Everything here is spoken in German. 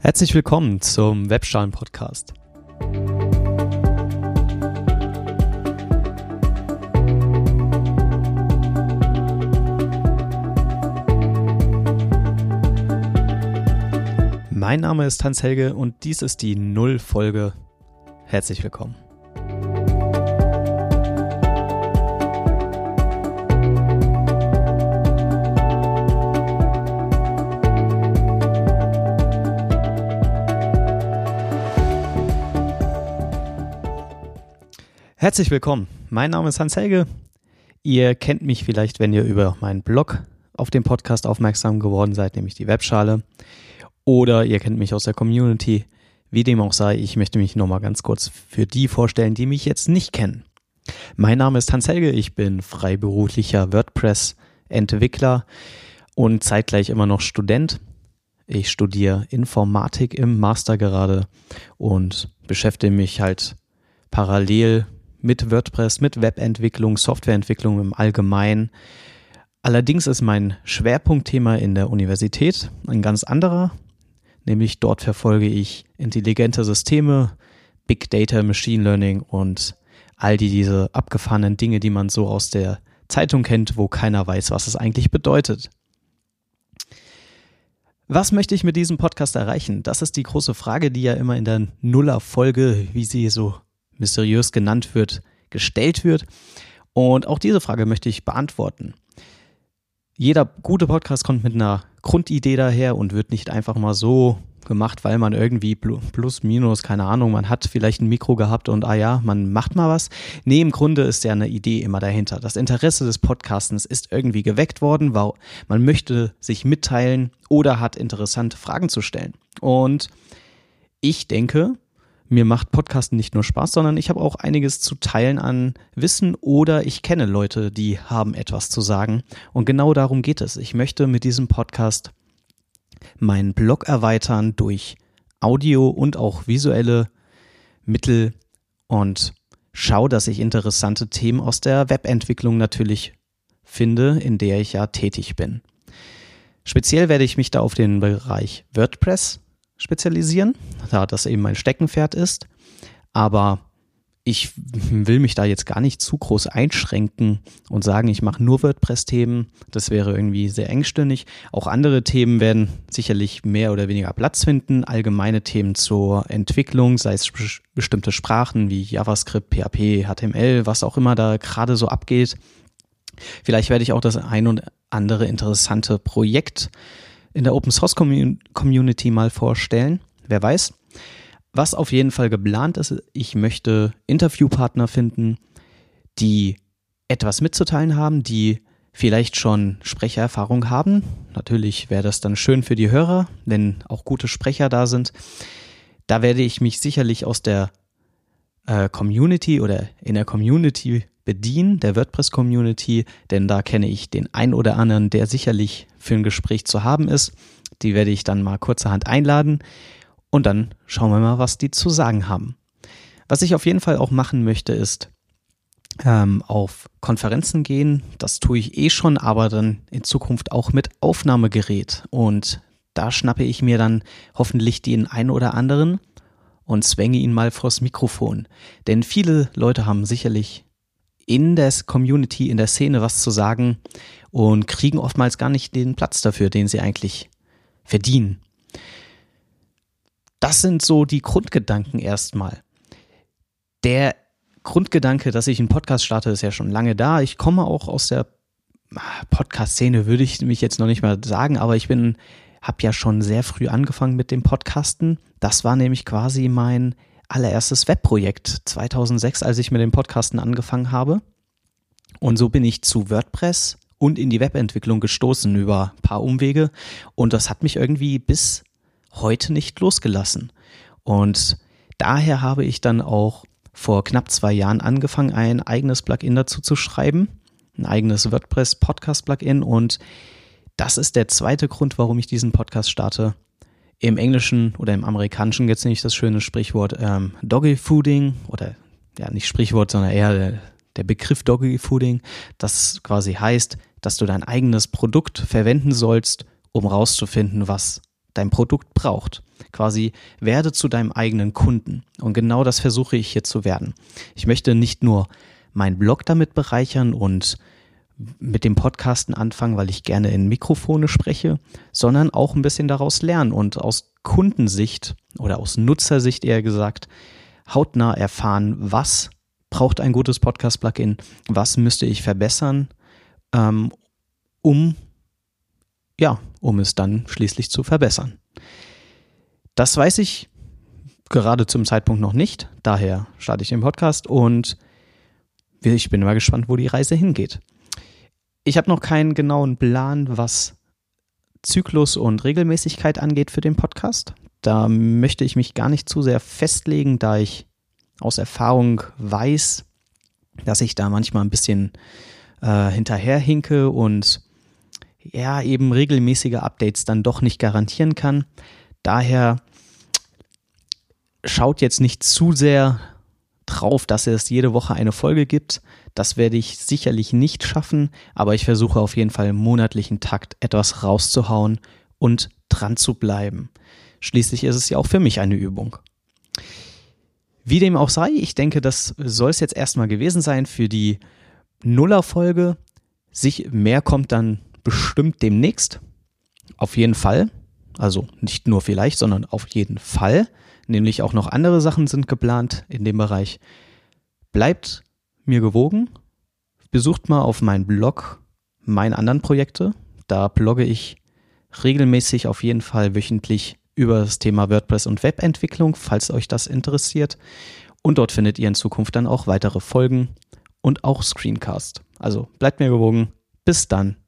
Herzlich willkommen zum Webschalen-Podcast. Mein Name ist Hans-Helge und dies ist die Null-Folge. Herzlich willkommen. Herzlich willkommen. Mein Name ist Hans-Helge. Ihr kennt mich vielleicht, wenn ihr über meinen Blog auf dem Podcast aufmerksam geworden seid, nämlich die Webschale. Oder ihr kennt mich aus der Community. Wie dem auch sei, ich möchte mich nochmal ganz kurz für die vorstellen, die mich jetzt nicht kennen. Mein Name ist Hans-Helge, ich bin freiberuflicher WordPress-Entwickler und zeitgleich immer noch Student. Ich studiere Informatik im Master gerade und beschäftige mich halt parallel mit WordPress, mit Webentwicklung, Softwareentwicklung im Allgemeinen. Allerdings ist mein Schwerpunktthema in der Universität ein ganz anderer, nämlich dort verfolge ich intelligente Systeme, Big Data, Machine Learning und all diese abgefahrenen Dinge, die man so aus der Zeitung kennt, wo keiner weiß, was es eigentlich bedeutet. Was möchte ich mit diesem Podcast erreichen? Das ist die große Frage, die ja immer in der Nuller-Folge, wie sie so mysteriös genannt wird, gestellt wird. Und auch diese Frage möchte ich beantworten. Jeder gute Podcast kommt mit einer Grundidee daher und wird nicht einfach mal so gemacht, weil man irgendwie plus, minus, keine Ahnung, man hat vielleicht ein Mikro gehabt und man macht mal was. Nee, im Grunde ist ja eine Idee immer dahinter. Das Interesse des Podcastens ist irgendwie geweckt worden, weil man möchte sich mitteilen oder hat interessante Fragen zu stellen. Und ich denke, mir macht Podcasten nicht nur Spaß, sondern ich habe auch einiges zu teilen an Wissen oder ich kenne Leute, die haben etwas zu sagen. Und genau darum geht es. Ich möchte mit diesem Podcast meinen Blog erweitern durch Audio und auch visuelle Mittel und schaue, dass ich interessante Themen aus der Webentwicklung natürlich finde, in der ich ja tätig bin. Speziell werde ich mich da auf den Bereich WordPress spezialisieren, da das eben mein Steckenpferd ist, aber ich will mich da jetzt gar nicht zu groß einschränken und sagen, ich mache nur WordPress-Themen, das wäre irgendwie sehr engstirnig. Auch andere Themen werden sicherlich mehr oder weniger Platz finden, allgemeine Themen zur Entwicklung, sei es bestimmte Sprachen wie JavaScript, PHP, HTML, was auch immer da gerade so abgeht. Vielleicht werde ich auch das ein und andere interessante Projekt in der Open Source Community mal vorstellen. Wer weiß. Was auf jeden Fall geplant ist, ich möchte Interviewpartner finden, die etwas mitzuteilen haben, die vielleicht schon Sprechererfahrung haben. Natürlich wäre das dann schön für die Hörer, wenn auch gute Sprecher da sind. Da werde ich mich sicherlich aus der Community oder in der Community bedienen, der WordPress-Community, denn da kenne ich den einen oder anderen, der sicherlich für ein Gespräch zu haben ist. Die werde ich dann mal kurzerhand einladen und dann schauen wir mal, was die zu sagen haben. Was ich auf jeden Fall auch machen möchte, ist auf Konferenzen gehen. Das tue ich eh schon, aber dann in Zukunft auch mit Aufnahmegerät. Und da schnappe ich mir dann hoffentlich den einen oder anderen und zwänge ihn mal vors Mikrofon. Denn viele Leute haben sicherlich in der Community, in der Szene was zu sagen und kriegen oftmals gar nicht den Platz dafür, den sie eigentlich verdienen. Das sind so die Grundgedanken erstmal. Der Grundgedanke, dass ich einen Podcast starte, ist ja schon lange da. Ich komme auch aus der Podcast-Szene, würde ich mich jetzt noch nicht mal sagen, aber ich habe ja schon sehr früh angefangen mit dem Podcasten. Das war nämlich quasi mein allererstes Webprojekt 2006, als ich mit dem Podcasten angefangen habe. Und so bin ich zu WordPress und in die Webentwicklung gestoßen über ein paar Umwege. Und das hat mich irgendwie bis heute nicht losgelassen. Und daher habe ich dann auch vor knapp 2 Jahren angefangen, ein eigenes Plugin dazu zu schreiben. Ein eigenes WordPress-Podcast-Plugin. Und das ist der zweite Grund, warum ich diesen Podcast starte. Im Englischen oder im Amerikanischen gibt es nicht das schöne Sprichwort Doggy Fooding oder ja nicht Sprichwort, sondern eher der Begriff Doggy Fooding, das quasi heißt, dass du dein eigenes Produkt verwenden sollst, um rauszufinden, was dein Produkt braucht. Quasi werde zu deinem eigenen Kunden. Und genau das versuche ich hier zu werden. Ich möchte nicht nur meinen Blog damit bereichern und mit dem Podcasten anfangen, weil ich gerne in Mikrofone spreche, sondern auch ein bisschen daraus lernen und aus Kundensicht oder aus Nutzersicht eher gesagt hautnah erfahren, was braucht ein gutes Podcast-Plugin, was müsste ich verbessern, um es dann schließlich zu verbessern. Das weiß ich gerade zum Zeitpunkt noch nicht, daher starte ich den Podcast und ich bin mal gespannt, wo die Reise hingeht. Ich habe noch keinen genauen Plan, was Zyklus und Regelmäßigkeit angeht für den Podcast. Da möchte ich mich gar nicht zu sehr festlegen, da ich aus Erfahrung weiß, dass ich da manchmal ein bisschen hinterherhinke und ja, eben regelmäßige Updates dann doch nicht garantieren kann. Daher schaut jetzt nicht zu sehr drauf, dass es jede Woche eine Folge gibt. Das werde ich sicherlich nicht schaffen, aber ich versuche auf jeden Fall im monatlichen Takt etwas rauszuhauen und dran zu bleiben. Schließlich ist es ja auch für mich eine Übung. Wie dem auch sei, ich denke, das soll es jetzt erstmal gewesen sein für die Nuller-Folge. Mehr kommt dann bestimmt demnächst. Auf jeden Fall. Also nicht nur vielleicht, sondern auf jeden Fall. Nämlich auch noch andere Sachen sind geplant in dem Bereich. Bleibt mir gewogen. Besucht mal auf meinen Blog meine anderen Projekte. Da blogge ich regelmäßig auf jeden Fall wöchentlich über das Thema WordPress und Webentwicklung, falls euch das interessiert. Und dort findet ihr in Zukunft dann auch weitere Folgen und auch Screencast. Also bleibt mir gewogen. Bis dann.